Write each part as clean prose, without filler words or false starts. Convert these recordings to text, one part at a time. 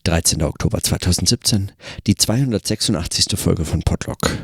13. Oktober 2017, die 286. Folge von Podlog.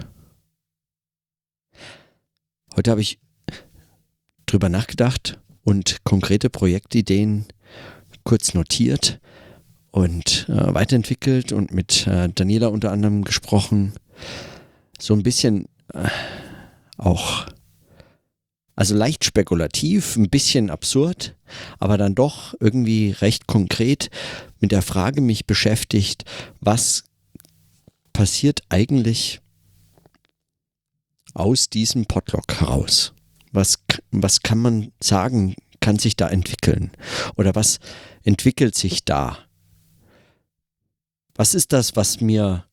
Heute habe ich drüber nachgedacht und konkrete Projektideen kurz notiert und weiterentwickelt und mit Daniela unter anderem gesprochen. So ein bisschen auch, also leicht spekulativ, ein bisschen absurd, aber dann doch irgendwie recht konkret mit der Frage mich beschäftigt, was passiert eigentlich aus diesem Podlog heraus? Was kann man sagen, kann sich da entwickeln? Oder was entwickelt sich da? Was ist das, was mir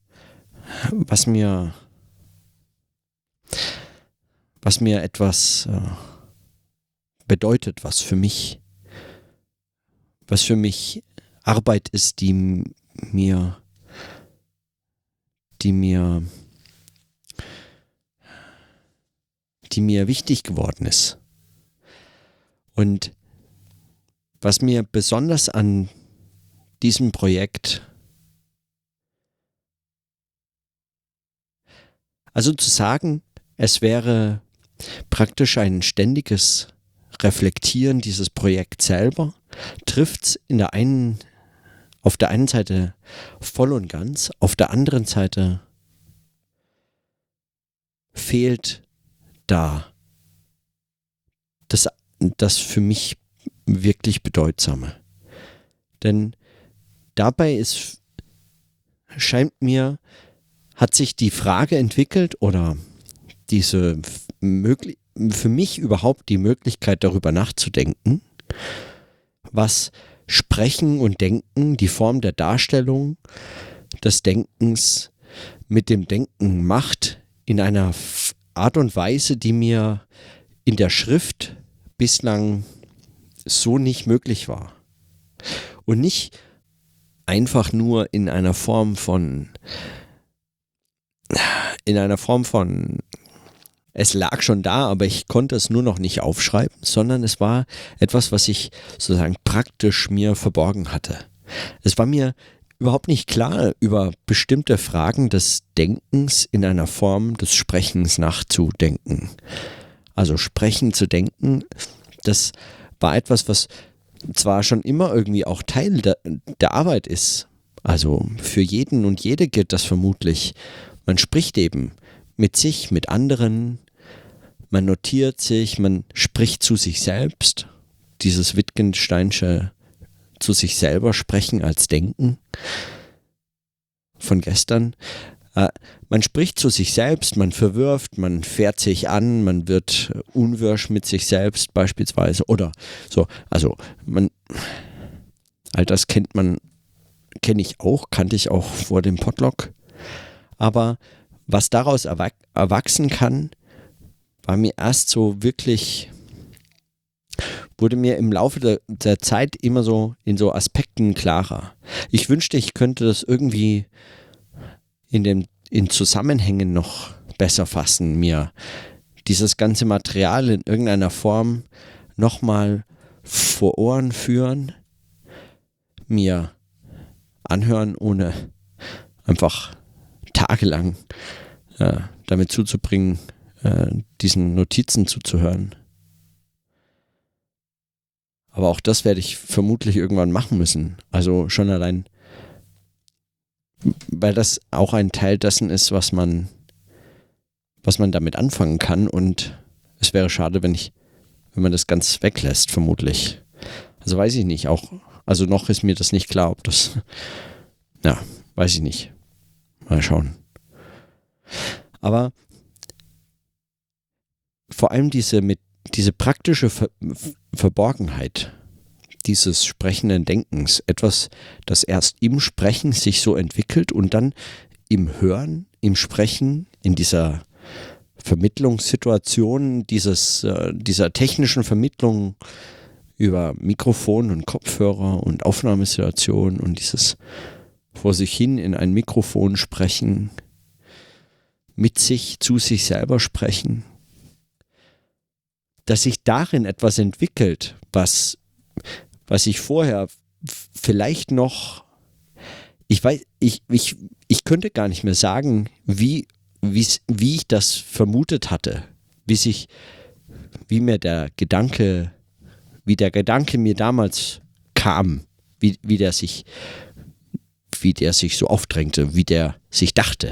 etwas bedeutet, was für mich Arbeit ist, die mir wichtig geworden ist. Und was mir besonders an diesem Projekt, also zu sagen, es wäre praktisch ein ständiges Reflektieren dieses Projekts selber, trifft es auf der einen Seite voll und ganz, auf der anderen Seite fehlt da das für mich wirklich Bedeutsame. Denn dabei hat sich die Frage entwickelt oder für mich überhaupt die Möglichkeit darüber nachzudenken, was Sprechen und Denken, die Form der Darstellung des Denkens mit dem Denken macht, in einer Art und Weise, die mir in der Schrift bislang so nicht möglich war. Und nicht einfach nur in einer Form von es lag schon da, aber ich konnte es nur noch nicht aufschreiben, sondern es war etwas, was ich sozusagen praktisch mir verborgen hatte. Es war mir überhaupt nicht klar, über bestimmte Fragen des Denkens in einer Form des Sprechens nachzudenken. Also sprechen zu denken, das war etwas, was zwar schon immer irgendwie auch Teil der Arbeit ist. Also für jeden und jede gilt das vermutlich. Man spricht eben mit sich, mit anderen, man notiert sich, man spricht zu sich selbst. Dieses Wittgensteinsche zu sich selber sprechen als Denken von gestern. Man spricht zu sich selbst, man verwirft, man fährt sich an, man wird unwirsch mit sich selbst beispielsweise oder so. Also all das kannte ich auch vor dem Podlog. Aber was daraus erwachsen kann, wurde mir im Laufe der Zeit immer so in so Aspekten klarer. Ich wünschte, ich könnte das irgendwie in Zusammenhängen noch besser fassen, mir dieses ganze Material in irgendeiner Form nochmal vor Ohren führen, mir anhören, ohne einfach tagelang damit zuzubringen, diesen Notizen zuzuhören. Aber auch das werde ich vermutlich irgendwann machen müssen. Also schon allein, weil das auch ein Teil dessen ist, was man damit anfangen kann. Und es wäre schade, wenn man das ganz weglässt, vermutlich. Also weiß ich nicht. Also noch ist mir das nicht klar, ob das, weiß ich nicht. Mal schauen. Aber vor allem diese praktische Verborgenheit dieses sprechenden Denkens, etwas, das erst im Sprechen sich so entwickelt und dann im Hören, im Sprechen, in dieser Vermittlungssituation, dieser technischen Vermittlung über Mikrofon und Kopfhörer und Aufnahmesituation und dieses vor sich hin in ein Mikrofon sprechen, mit sich, zu sich selber sprechen, dass sich darin etwas entwickelt, was ich vorher vielleicht noch ich weiß, ich könnte gar nicht mehr sagen, wie ich das vermutet hatte, wie der Gedanke mir damals kam, wie der sich so aufdrängte, wie der sich dachte,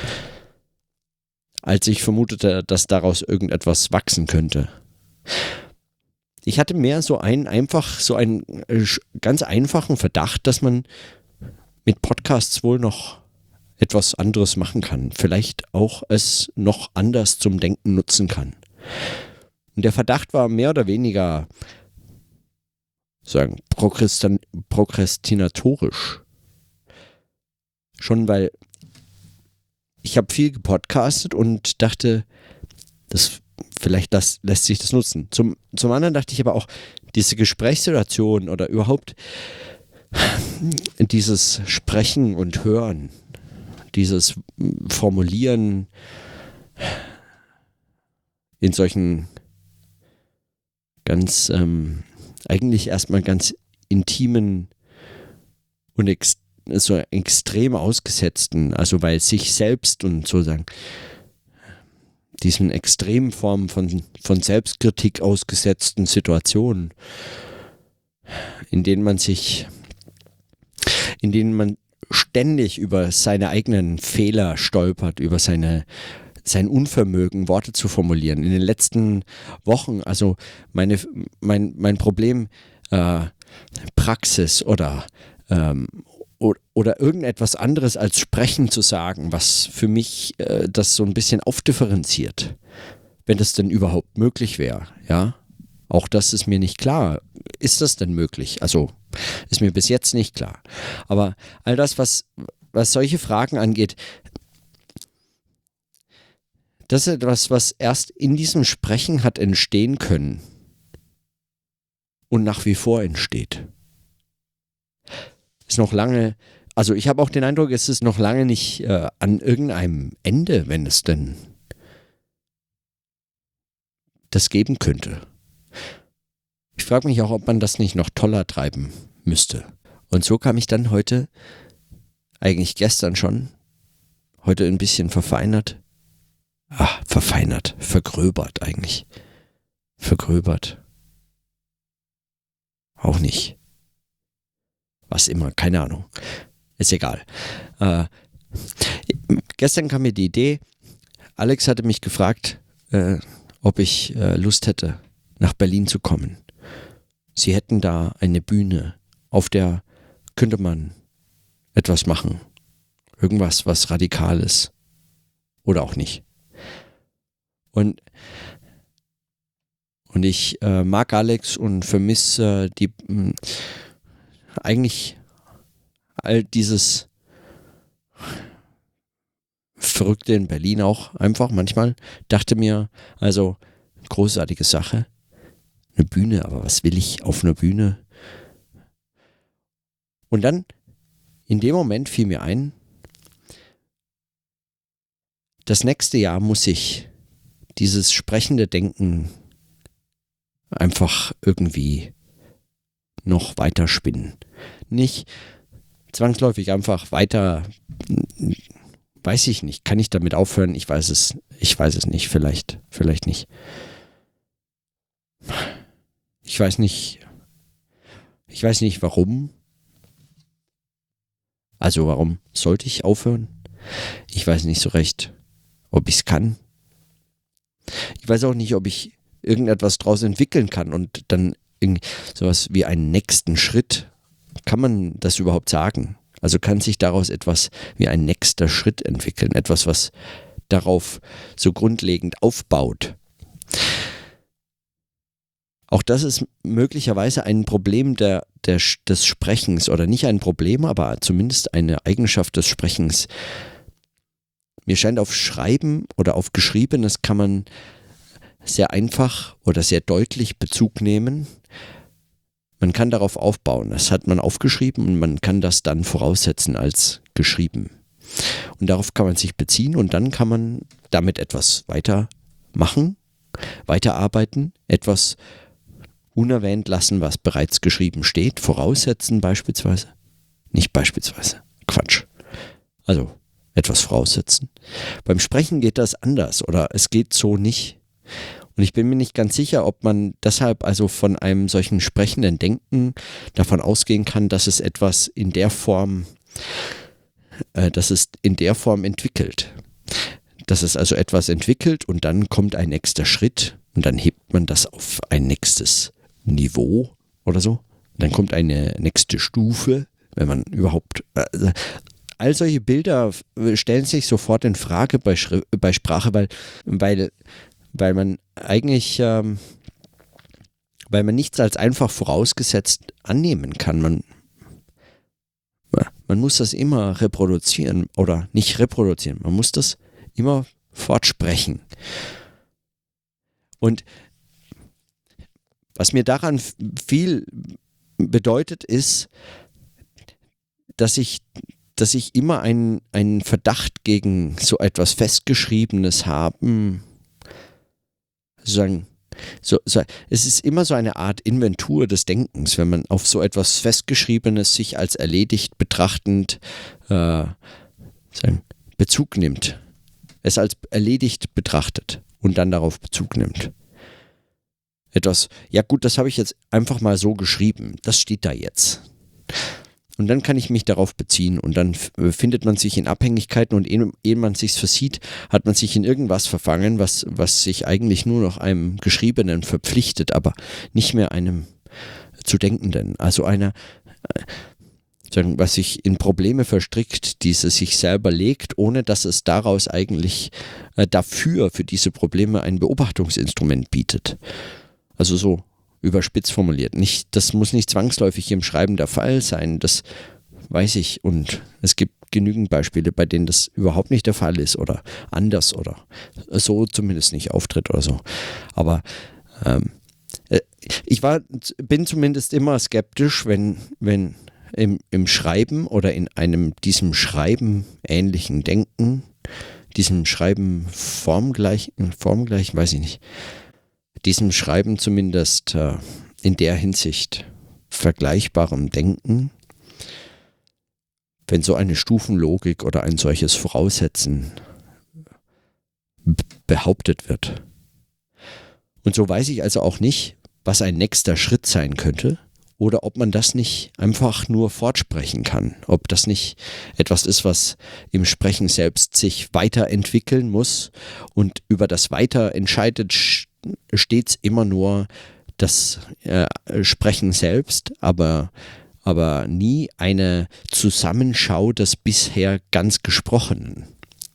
als ich vermutete, dass daraus irgendetwas wachsen könnte. Ich hatte mehr so einen ganz einfachen Verdacht, dass man mit Podcasts wohl noch etwas anderes machen kann. Vielleicht auch es noch anders zum Denken nutzen kann. Und der Verdacht war mehr oder weniger prokrastinatorisch. Schon weil ich habe viel gepodcastet und dachte, vielleicht lässt sich das nutzen. Zum anderen dachte ich aber auch, diese Gesprächssituation oder überhaupt dieses Sprechen und Hören, dieses Formulieren in solchen ganz, eigentlich erstmal ganz intimen und so extrem ausgesetzten, also weil sich selbst und sozusagen diesen extremen Formen von Selbstkritik ausgesetzten Situationen, in denen man ständig über seine eigenen Fehler stolpert, über sein Unvermögen, Worte zu formulieren. In den letzten Wochen, also mein Problem, Praxis oder irgendetwas anderes als Sprechen zu sagen, was für mich das so ein bisschen aufdifferenziert, wenn das denn überhaupt möglich wäre, ja. Auch das ist mir nicht klar. Ist das denn möglich? Also ist mir bis jetzt nicht klar. Aber all das, was solche Fragen angeht, das ist etwas, was erst in diesem Sprechen hat entstehen können und nach wie vor entsteht. Ist noch lange, also ich habe auch den Eindruck, es ist noch lange nicht an irgendeinem Ende, wenn es denn das geben könnte. Ich frage mich auch, ob man das nicht noch toller treiben müsste. Und so kam ich dann heute, eigentlich gestern schon, heute ein bisschen vergröbert eigentlich. Vergröbert. Auch nicht. Was immer, keine Ahnung. Ist egal. Gestern kam mir die Idee, Alex hatte mich gefragt, ob ich Lust hätte, nach Berlin zu kommen. Sie hätten da eine Bühne, auf der könnte man etwas machen. Irgendwas, was radikal ist. Oder auch nicht. Und ich mag Alex und vermisse eigentlich all dieses Verrückte in Berlin auch einfach manchmal. Dachte mir, also großartige Sache. Eine Bühne, aber was will ich auf einer Bühne? Und dann, in dem Moment fiel mir ein, das nächste Jahr muss ich dieses sprechende Denken einfach irgendwie noch weiter spinnen. Nicht zwangsläufig einfach weiter, weiß ich nicht, kann ich damit aufhören? Ich weiß es nicht, vielleicht nicht. Ich weiß nicht warum. Also warum sollte ich aufhören? Ich weiß nicht so recht, ob ich es kann. Ich weiß auch nicht, ob ich irgendetwas draus entwickeln kann und dann sowas wie einen nächsten Schritt. Kann man das überhaupt sagen? Also kann sich daraus etwas wie ein nächster Schritt entwickeln? Etwas, was darauf so grundlegend aufbaut. Auch das ist möglicherweise ein Problem des Sprechens oder nicht ein Problem, aber zumindest eine Eigenschaft des Sprechens. Mir scheint, auf Schreiben oder auf Geschriebenes kann man sehr einfach oder sehr deutlich Bezug nehmen. Man kann darauf aufbauen. Das hat man aufgeschrieben und man kann das dann voraussetzen als geschrieben. Und darauf kann man sich beziehen und dann kann man damit etwas weitermachen, weiterarbeiten, etwas unerwähnt lassen, was bereits geschrieben steht, voraussetzen beispielsweise. Nicht beispielsweise. Quatsch. Also etwas voraussetzen. Beim Sprechen geht das anders oder es geht so nicht. Und ich bin mir nicht ganz sicher, ob man deshalb also von einem solchen sprechenden Denken davon ausgehen kann, dass es etwas in der Form, entwickelt. Dass es also etwas entwickelt und dann kommt ein nächster Schritt und dann hebt man das auf ein nächstes Niveau oder so. Dann kommt eine nächste Stufe, wenn man überhaupt... all solche Bilder stellen sich sofort in Frage bei Sprache, weil man eigentlich, weil man nichts als einfach vorausgesetzt annehmen kann. Man muss das immer reproduzieren oder nicht reproduzieren. Man muss das immer fortsprechen. Und was mir daran viel bedeutet, ist, dass ich immer einen Verdacht gegen so etwas Festgeschriebenes haben, sozusagen, es ist immer so eine Art Inventur des Denkens, wenn man auf so etwas Festgeschriebenes sich als erledigt betrachtend Bezug nimmt. Es als erledigt betrachtet und dann darauf Bezug nimmt. Etwas, ja gut, das habe ich jetzt einfach mal so geschrieben, das steht da jetzt. Und dann kann ich mich darauf beziehen und dann findet man sich in Abhängigkeiten und ehe man sich's versieht, hat man sich in irgendwas verfangen, was sich eigentlich nur noch einem Geschriebenen verpflichtet, aber nicht mehr einem zu Denkenden. Also einer, was sich in Probleme verstrickt, die es sich selber legt, ohne dass es daraus eigentlich für diese Probleme ein Beobachtungsinstrument bietet. Also so überspitzt formuliert. Das muss nicht zwangsläufig im Schreiben der Fall sein, das weiß ich. Und es gibt genügend Beispiele, bei denen das überhaupt nicht der Fall ist oder anders oder so zumindest nicht auftritt oder so. Aber ich bin zumindest immer skeptisch, wenn im Schreiben oder in diesem Schreiben ähnlichen Denken, diesem Schreiben formgleich, weiß ich nicht, diesem Schreiben zumindest in der Hinsicht vergleichbarem Denken, wenn so eine Stufenlogik oder ein solches Voraussetzen behauptet wird. Und so weiß ich also auch nicht, was ein nächster Schritt sein könnte oder ob man das nicht einfach nur fortsprechen kann, ob das nicht etwas ist, was im Sprechen selbst sich weiterentwickeln muss und über das Weiter entscheidet stets immer nur das Sprechen selbst, aber nie eine Zusammenschau des bisher ganz Gesprochenen.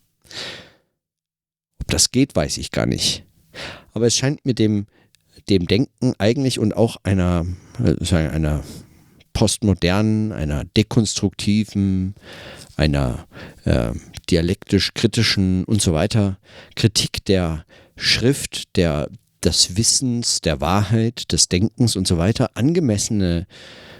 Ob das geht, weiß ich gar nicht. Aber es scheint mit dem Denken eigentlich und auch einer postmodernen, einer dekonstruktiven, einer dialektisch-kritischen und so weiter Kritik der Schrift, des Wissens, der Wahrheit, des Denkens und so weiter angemessene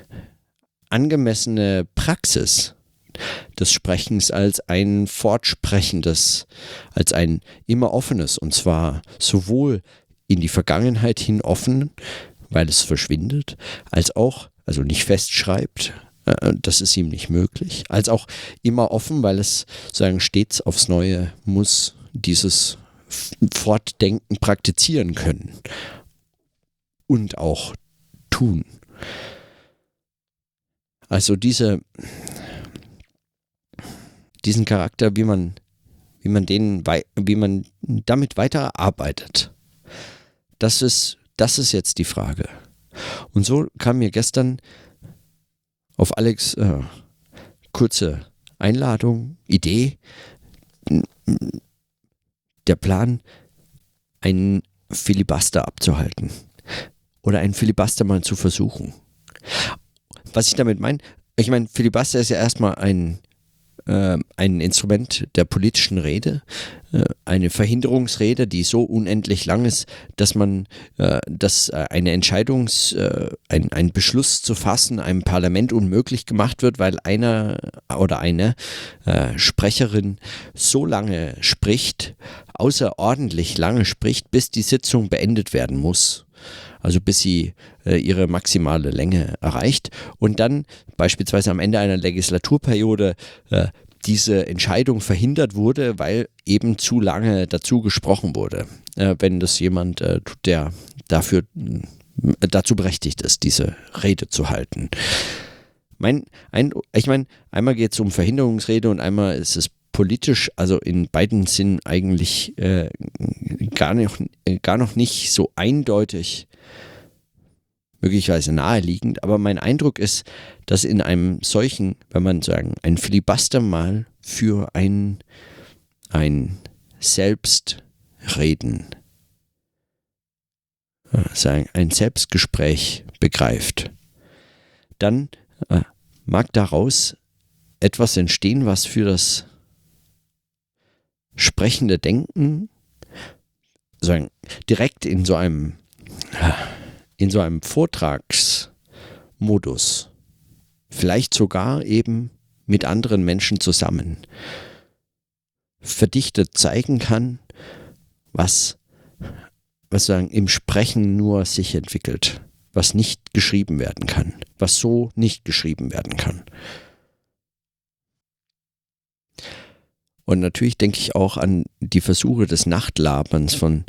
Praxis des Sprechens als ein fortsprechendes, als ein immer offenes und zwar sowohl in die Vergangenheit hin offen, weil es verschwindet, als auch, also nicht festschreibt, das ist ihm nicht möglich, als auch immer offen, weil es sozusagen stets aufs Neue muss dieses Fortdenken praktizieren können und auch tun. Also diesen Charakter, wie man damit weiterarbeitet, das ist jetzt die Frage. Und so kam mir gestern auf Alex kurze Einladung, Idee, der Plan, einen Filibuster abzuhalten oder einen Filibuster mal zu versuchen. Was ich damit meine, Filibuster ist ja erstmal ein Instrument der politischen Rede, eine Verhinderungsrede, die so unendlich lang ist, dass dass ein Beschluss zu fassen einem Parlament unmöglich gemacht wird, weil einer oder eine Sprecherin so lange spricht, außerordentlich lange spricht, bis die Sitzung beendet werden muss. also bis sie ihre maximale Länge erreicht und dann beispielsweise am Ende einer Legislaturperiode diese Entscheidung verhindert wurde, weil eben zu lange dazu gesprochen wurde. Wenn das jemand tut, der dazu berechtigt ist, diese Rede zu halten. Ich meine, einmal geht es um Verhinderungsrede und einmal ist es politisch, also in beiden Sinnen eigentlich gar noch nicht so eindeutig, möglicherweise naheliegend, aber mein Eindruck ist, dass in einem solchen, wenn man sagen, ein Filibuster mal für ein Selbstreden, sagen, ein Selbstgespräch begreift, dann mag daraus etwas entstehen, was für das sprechende Denken sagen, direkt in so einem Vortragsmodus, vielleicht sogar eben mit anderen Menschen zusammen, verdichtet zeigen kann, was sagen, im Sprechen nur sich entwickelt, was nicht geschrieben werden kann, was so nicht geschrieben werden kann. Und natürlich denke ich auch an die Versuche des Nachtlaberns von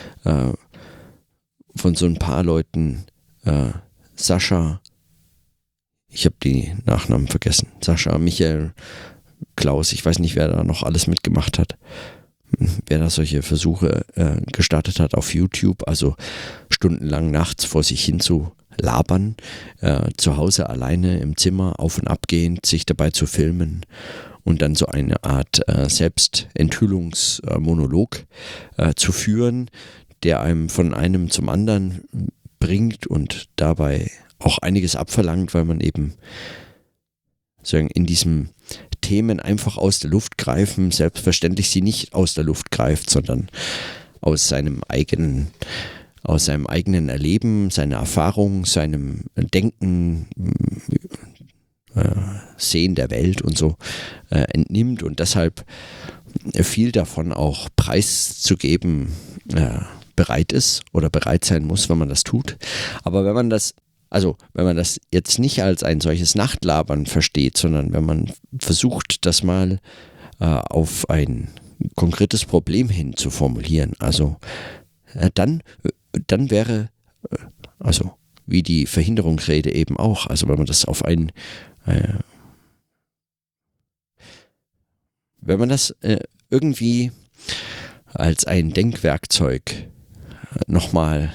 so ein paar Leuten, Sascha, ich habe die Nachnamen vergessen, Sascha, Michael, Klaus, ich weiß nicht, wer da noch alles mitgemacht hat, wer da solche Versuche gestartet hat auf YouTube, also stundenlang nachts vor sich hin zu labern, zu Hause alleine im Zimmer auf und ab gehend, sich dabei zu filmen und dann so eine Art Selbstenthüllungsmonolog zu führen, der einem von einem zum anderen bringt und dabei auch einiges abverlangt, weil man eben sagen, in diesen Themen einfach aus der Luft greifen, selbstverständlich sie nicht aus der Luft greift, sondern aus seinem eigenen Erleben, seiner Erfahrung, seinem Denken, Sehen der Welt und so entnimmt und deshalb viel davon auch preiszugeben bereit ist oder bereit sein muss, wenn man das tut. Aber wenn man das jetzt nicht als ein solches Nachtlabern versteht, sondern wenn man versucht, das mal auf ein konkretes Problem hin zu formulieren, also dann wäre, also wie die Verhinderungsrede eben auch, also wenn man das auf wenn man das irgendwie als ein Denkwerkzeug nochmal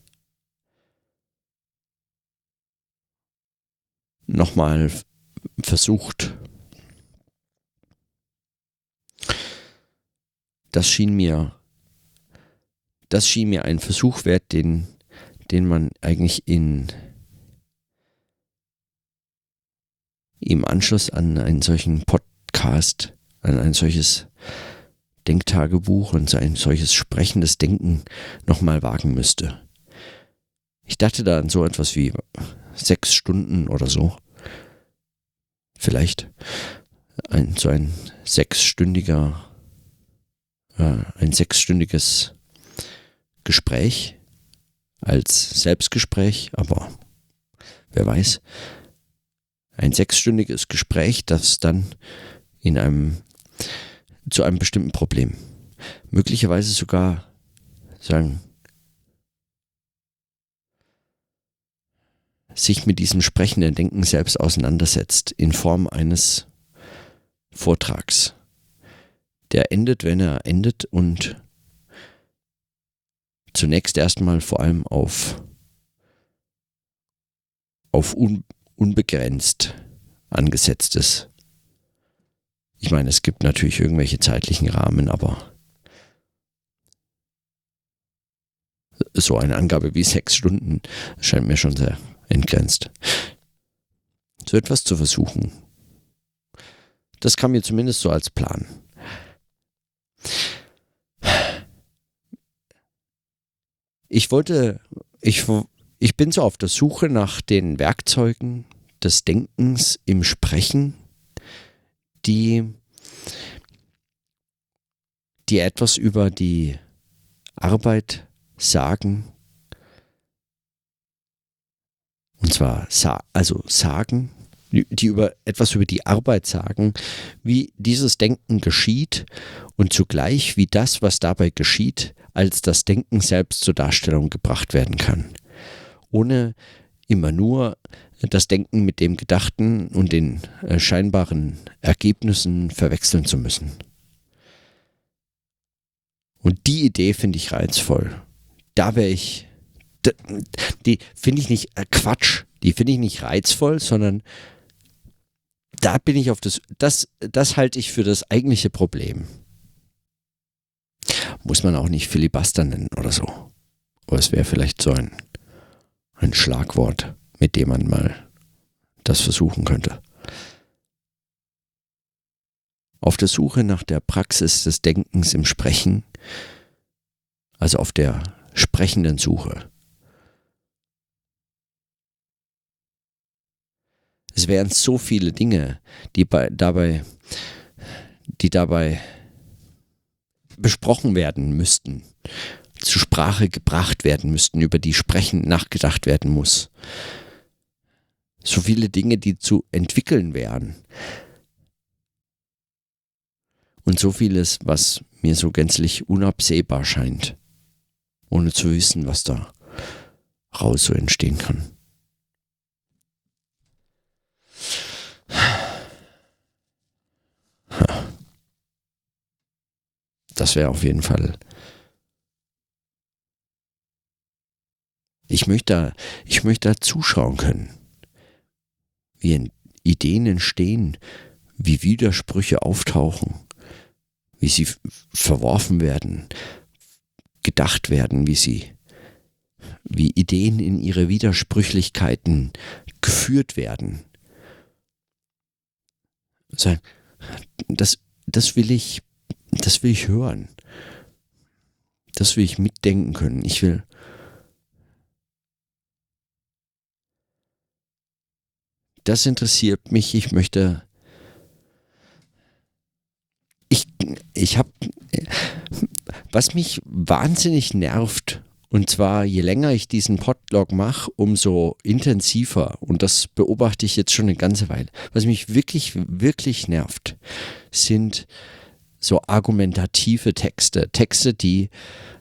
versucht, das schien mir ein Versuch wert, den man eigentlich im Anschluss an einen solchen Podcast, an ein solches Denktagebuch und ein solches sprechendes Denken nochmal wagen müsste. Ich dachte da an so etwas wie 6 Stunden oder so. Vielleicht ein 6-stündiges Gespräch als Selbstgespräch, aber wer weiß, ein 6-stündiges Gespräch, das dann zu einem bestimmten Problem, möglicherweise sogar sich mit diesem sprechenden Denken selbst auseinandersetzt in Form eines Vortrags, der endet, wenn er endet und zunächst erstmal vor allem auf unbegrenzt angesetzt ist. Ich meine, es gibt natürlich irgendwelche zeitlichen Rahmen, aber so eine Angabe wie 6 Stunden scheint mir schon sehr entgrenzt. So etwas zu versuchen, das kam mir zumindest so als Plan. Ich bin so auf der Suche nach den Werkzeugen des Denkens im Sprechen, die etwas über die Arbeit sagen, Und zwar sagen, die über etwas über die Arbeit sagen, wie dieses Denken geschieht und zugleich wie das, was dabei geschieht, als das Denken selbst zur Darstellung gebracht werden kann. Ohne immer nur das Denken mit dem Gedachten und den scheinbaren Ergebnissen verwechseln zu müssen. Und die Idee finde ich reizvoll. Da wäre ich, die finde ich nicht Quatsch, die finde ich nicht reizvoll, sondern da bin ich auf das halte ich für das eigentliche Problem. Muss man auch nicht Filibuster nennen oder so. Aber es wäre vielleicht so ein Schlagwort, mit dem man mal das versuchen könnte. Auf der Suche nach der Praxis des Denkens im Sprechen, also auf der sprechenden Suche. Es wären so viele Dinge, die dabei besprochen werden müssten, zur Sprache gebracht werden müssten, über die sprechend nachgedacht werden muss. So viele Dinge, die zu entwickeln wären. Und so vieles, was mir so gänzlich unabsehbar scheint, ohne zu wissen, was da raus so entstehen kann. Das wäre auf jeden Fall. Ich möchte da zuschauen können, wie Ideen entstehen, wie Widersprüche auftauchen, wie sie verworfen werden, gedacht werden, wie Ideen in ihre Widersprüchlichkeiten geführt werden. Das will ich hören. Das will ich mitdenken können. Das interessiert mich. Was mich wahnsinnig nervt, und zwar je länger ich diesen Podlog mache, umso intensiver, und das beobachte ich jetzt schon eine ganze Weile, was mich wirklich, wirklich nervt, sind so argumentative Texte, die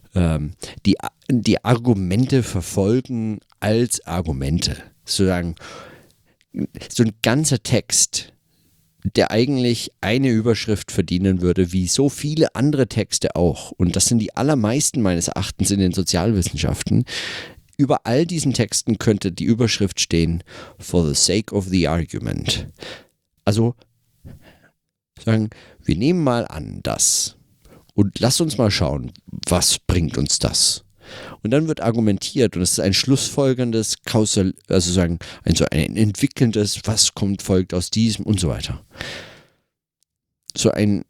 Argumente verfolgen als Argumente. Sozusagen so ein ganzer Text, der eigentlich eine Überschrift verdienen würde, wie so viele andere Texte auch. Und das sind die allermeisten meines Erachtens in den Sozialwissenschaften. Über all diesen Texten könnte die Überschrift stehen, for the sake of the argument. Also sagen, wir nehmen mal an das und lass uns mal schauen, was bringt uns das? Und dann wird argumentiert und es ist ein schlussfolgerndes, ein entwickelndes, was folgt aus diesem und so weiter. So ein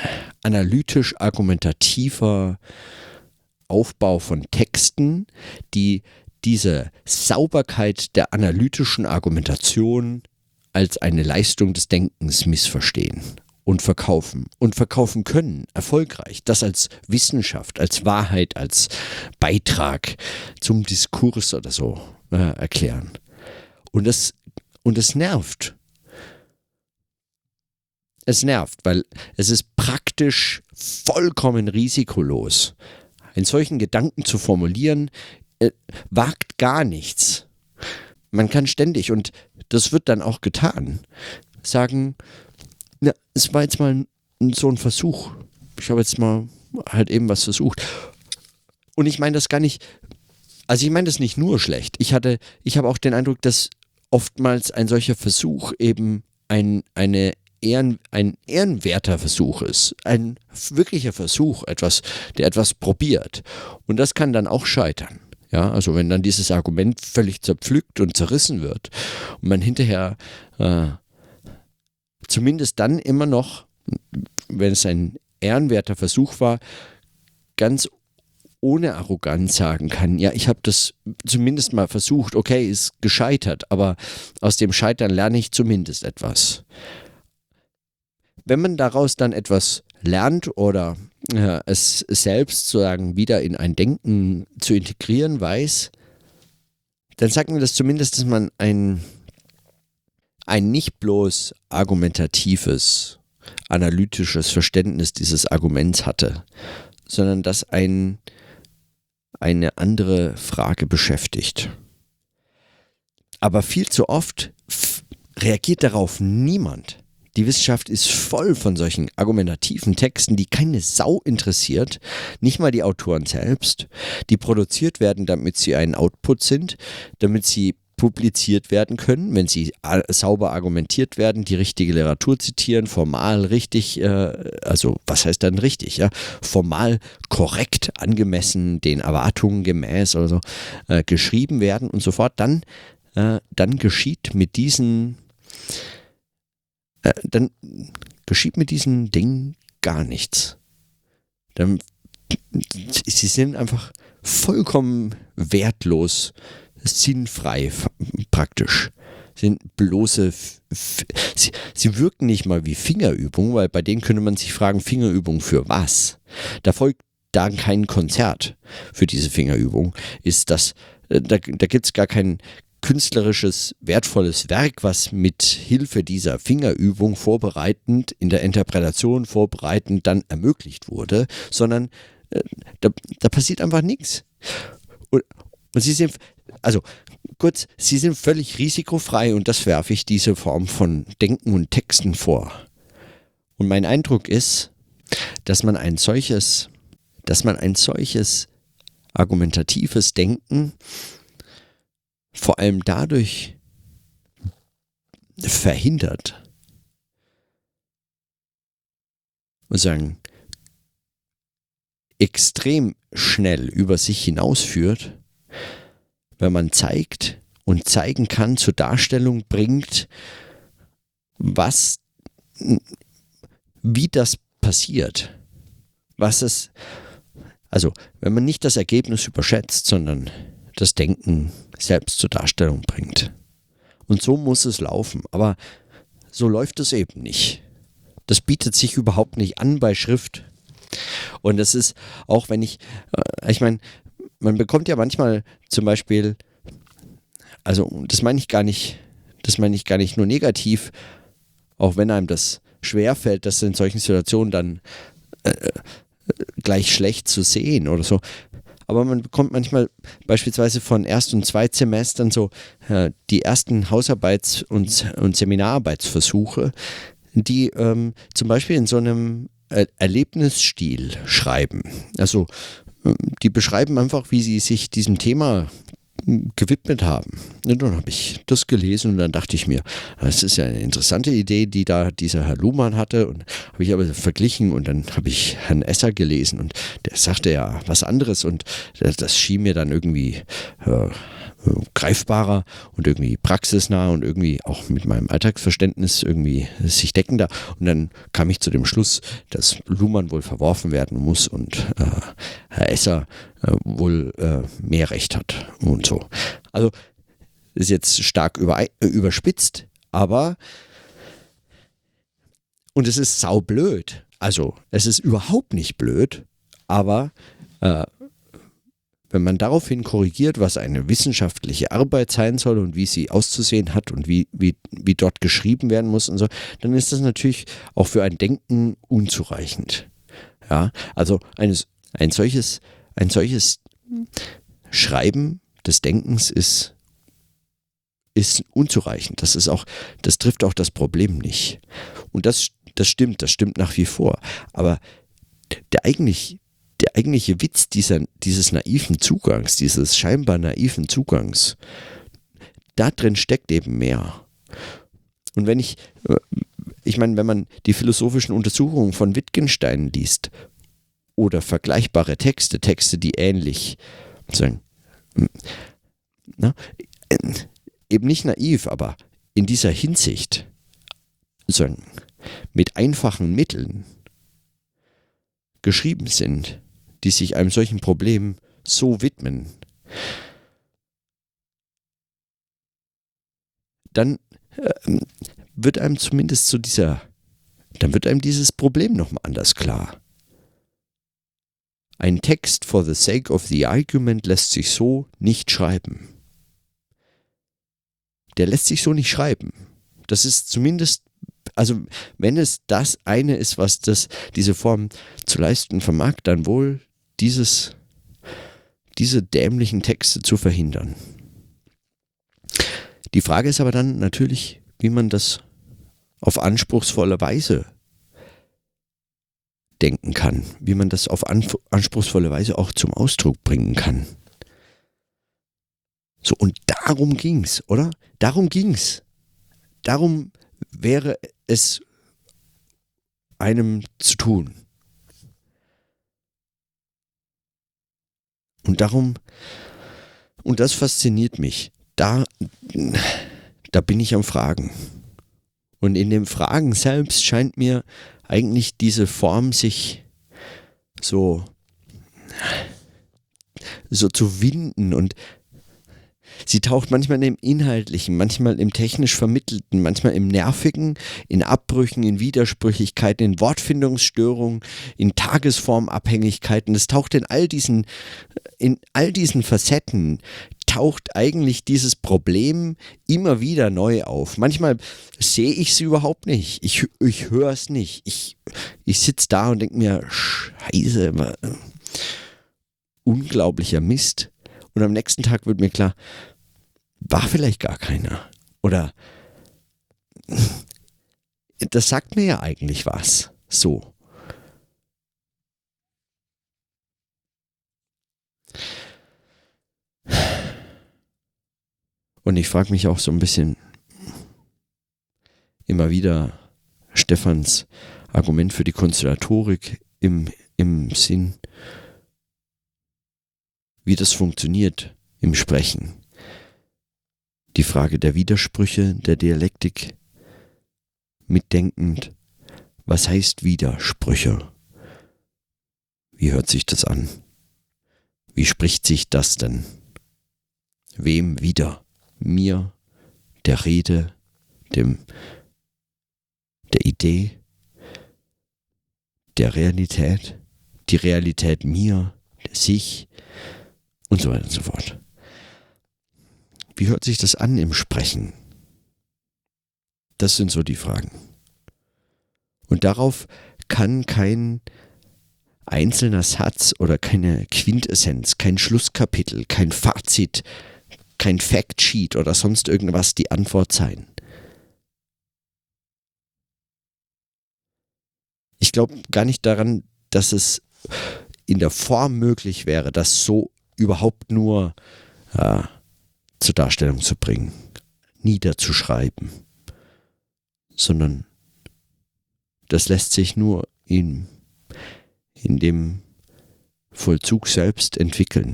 analytisch-argumentativer Aufbau von Texten, die diese Sauberkeit der analytischen Argumentation als eine Leistung des Denkens missverstehen. Und verkaufen können, erfolgreich. Das als Wissenschaft, als Wahrheit, als Beitrag zum Diskurs oder so erklären. Und das nervt. Es nervt, weil es ist praktisch vollkommen risikolos. Einen solchen Gedanken zu formulieren, wagt gar nichts. Man kann ständig, und das wird dann auch getan, sagen, na, es war jetzt mal so ein Versuch. Ich habe jetzt mal halt eben was versucht. Und ich meine das gar nicht, also ich meine das nicht nur schlecht. Ich habe auch den Eindruck, dass oftmals ein solcher Versuch eben ein ehrenwerter Versuch ist. Ein wirklicher Versuch, der etwas probiert. Und das kann dann auch scheitern. Ja, also wenn dann dieses Argument völlig zerpflückt und zerrissen wird und man hinterher zumindest dann immer noch, wenn es ein ehrenwerter Versuch war, ganz ohne Arroganz sagen kann, ja, ich habe das zumindest mal versucht, okay, ist gescheitert, aber aus dem Scheitern lerne ich zumindest etwas. Wenn man daraus dann etwas lernt oder es selbst sozusagen wieder in ein Denken zu integrieren weiß, dann sagt mir das zumindest, dass man ein nicht bloß argumentatives, analytisches Verständnis dieses Arguments hatte, sondern dass eine andere Frage beschäftigt. Aber viel zu oft reagiert darauf niemand. Die Wissenschaft ist voll von solchen argumentativen Texten, die keine Sau interessiert, nicht mal die Autoren selbst, die produziert werden, damit sie ein Output sind, damit sie publiziert werden können, wenn sie sauber argumentiert werden, die richtige Literatur zitieren, formal richtig, also was heißt dann richtig, ja, formal korrekt, angemessen, den Erwartungen gemäß oder so, geschrieben werden und so fort, dann geschieht mit diesen Dingen gar nichts. Sie sind einfach vollkommen wertlos, sinnfrei praktisch. Sind bloße, sie wirken nicht mal wie Fingerübungen, weil bei denen könnte man sich fragen, Fingerübung für was? Da folgt dann kein Konzert für diese Fingerübung. Da gibt es gar kein künstlerisches, wertvolles Werk, was mit Hilfe dieser Fingerübung vorbereitend, in der Interpretation vorbereitend dann ermöglicht wurde, sondern da passiert einfach nichts. Und sie sind, also kurz, sie sind völlig risikofrei und das werfe ich diese Form von Denken und Texten vor. Und mein Eindruck ist, dass man ein solches argumentatives Denken vor allem dadurch verhindert und sagen, extrem schnell über sich hinausführt, wenn man zeigt und zeigen kann, zur Darstellung bringt, wie das passiert. Also wenn man nicht das Ergebnis überschätzt, sondern das Denken selbst zur Darstellung bringt. Und so muss es laufen, aber so läuft es eben nicht. Das bietet sich überhaupt nicht an bei Schrift. Und das ist auch, wenn ich meine, man bekommt ja manchmal zum Beispiel, also das meine ich gar nicht nur negativ, auch wenn einem das schwerfällt, das in solchen Situationen dann gleich schlecht zu sehen oder so. Aber man bekommt manchmal beispielsweise von Erst- und Zweitsemestern so die ersten Hausarbeits- und Seminararbeitsversuche, die zum Beispiel in so einem Erlebnisstil schreiben. Also die beschreiben einfach, wie sie sich diesem Thema gewidmet haben. Und dann habe ich das gelesen und dann dachte ich mir, das ist ja eine interessante Idee, die da dieser Herr Luhmann hatte, und habe ich aber verglichen und dann habe ich Herrn Esser gelesen und der sagte ja was anderes und das schien mir dann irgendwie greifbarer und irgendwie praxisnah und irgendwie auch mit meinem Alltagsverständnis irgendwie sich deckender, und dann kam ich zu dem Schluss, dass Luhmann wohl verworfen werden muss und Herr Esser wohl mehr Recht hat und so. Also ist jetzt stark überspitzt, aber und es ist saublöd. Also es ist überhaupt nicht blöd, aber wenn man daraufhin korrigiert, was eine wissenschaftliche Arbeit sein soll und wie sie auszusehen hat und wie dort geschrieben werden muss und so, dann ist das natürlich auch für ein Denken unzureichend. Ja, also ein solches Schreiben des Denkens ist unzureichend. Das trifft auch das Problem nicht. Und das stimmt nach wie vor. Aber der eigentliche Witz dieses naiven Zugangs, dieses scheinbar naiven Zugangs, da drin steckt eben mehr. Und wenn wenn man die philosophischen Untersuchungen von Wittgenstein liest oder vergleichbare Texte, die ähnlich sagen, eben nicht naiv, aber in dieser Hinsicht sagen, mit einfachen Mitteln geschrieben sind, die sich einem solchen Problem so widmen, dann wird einem zumindest dann wird einem dieses Problem nochmal anders klar. Ein Text for the sake of the argument lässt sich so nicht schreiben. der lässt sich so nicht schreiben. Das ist zumindest, also wenn es das eine ist, was diese Form zu leisten vermag, dann wohl diese dämlichen Texte zu verhindern. Die Frage ist aber dann natürlich, wie man das auf anspruchsvolle Weise denken kann, wie man das auf anspruchsvolle Weise auch zum Ausdruck bringen kann. So, und darum ging's, oder? Darum ging's. Darum wäre es einem zu tun. Und das fasziniert mich. Da bin ich am Fragen. Und in dem Fragen selbst scheint mir eigentlich diese Form sich so zu winden, und sie taucht manchmal im Inhaltlichen, manchmal im technisch Vermittelten, manchmal im Nervigen, in Abbrüchen, in Widersprüchlichkeiten, in Wortfindungsstörungen, in Tagesformabhängigkeiten. Es taucht in all diesen Facetten taucht eigentlich dieses Problem immer wieder neu auf. Manchmal sehe ich es überhaupt nicht. Ich höre es nicht. Ich sitze da und denke mir, Scheiße, unglaublicher Mist. Und am nächsten Tag wird mir klar, war vielleicht gar keiner. Oder das sagt mir ja eigentlich was. So. Und ich frage mich auch so ein bisschen immer wieder Stefans Argument für die Konstellatorik im Sinn, wie das funktioniert im Sprechen. Die Frage der Widersprüche, der Dialektik, mitdenkend, was heißt Widersprüche? Wie hört sich das an? Wie spricht sich das denn? Wem wider? Mir, der Rede, der Idee, der Realität, die Realität mir, sich und so weiter und so fort. Wie hört sich das an im Sprechen? Das sind so die Fragen. Und darauf kann kein einzelner Satz oder keine Quintessenz, kein Schlusskapitel, kein Fazit, kein Factsheet oder sonst irgendwas die Antwort sein. Ich glaube gar nicht daran, dass es in der Form möglich wäre, das so überhaupt nur zur Darstellung zu bringen, niederzuschreiben, sondern das lässt sich nur in dem Vollzug selbst entwickeln.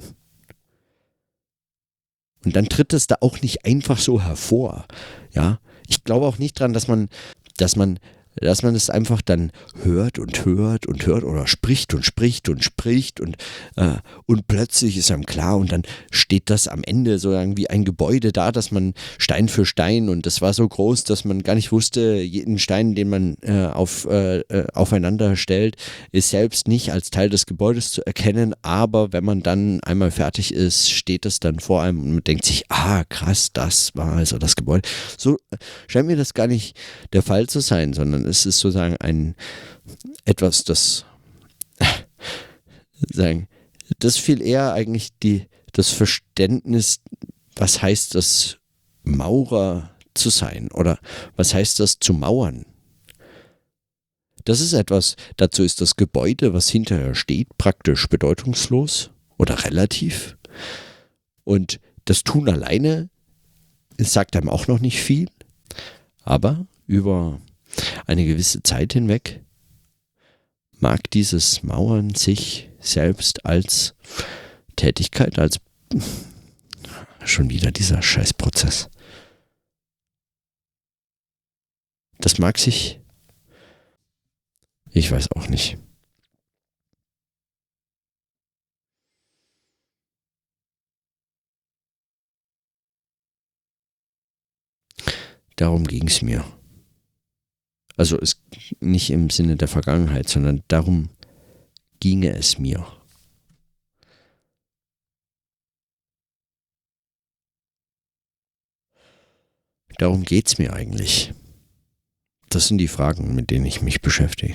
Und dann tritt es da auch nicht einfach so hervor. Ja, ich glaube auch nicht dran, dass man es einfach dann hört und hört und hört oder spricht und spricht und spricht und plötzlich ist einem klar und dann steht das am Ende so irgendwie ein Gebäude da, dass man Stein für Stein, und das war so groß, dass man gar nicht wusste, jeden Stein, den man aufeinander stellt, ist selbst nicht als Teil des Gebäudes zu erkennen, aber wenn man dann einmal fertig ist, steht es dann vor einem und man denkt sich, krass, das war also das Gebäude. So scheint mir das gar nicht der Fall zu sein, sondern es ist sozusagen etwas, das viel eher eigentlich das Verständnis, was heißt das, Maurer zu sein oder was heißt das, zu mauern. Das ist etwas, dazu ist das Gebäude, was hinterher steht, praktisch bedeutungslos oder relativ. Und das Tun alleine sagt einem auch noch nicht viel, aber über eine gewisse Zeit hinweg mag dieses Mauern sich selbst als Tätigkeit, als schon wieder dieser Scheißprozess. Das mag sich, ich weiß auch nicht. Darum ging es mir. Also nicht im Sinne der Vergangenheit, sondern darum ginge es mir. darum geht's mir eigentlich. Das sind die Fragen, mit denen ich mich beschäftige.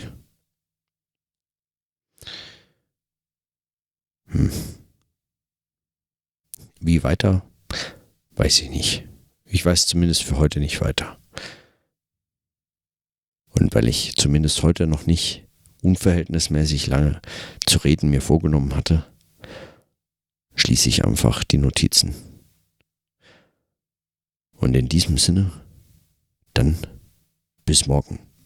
Wie weiter? Weiß ich nicht. Ich weiß zumindest für heute nicht weiter. Und weil ich zumindest heute noch nicht unverhältnismäßig lange zu reden mir vorgenommen hatte, schließe ich einfach die Notizen. Und in diesem Sinne, dann bis morgen.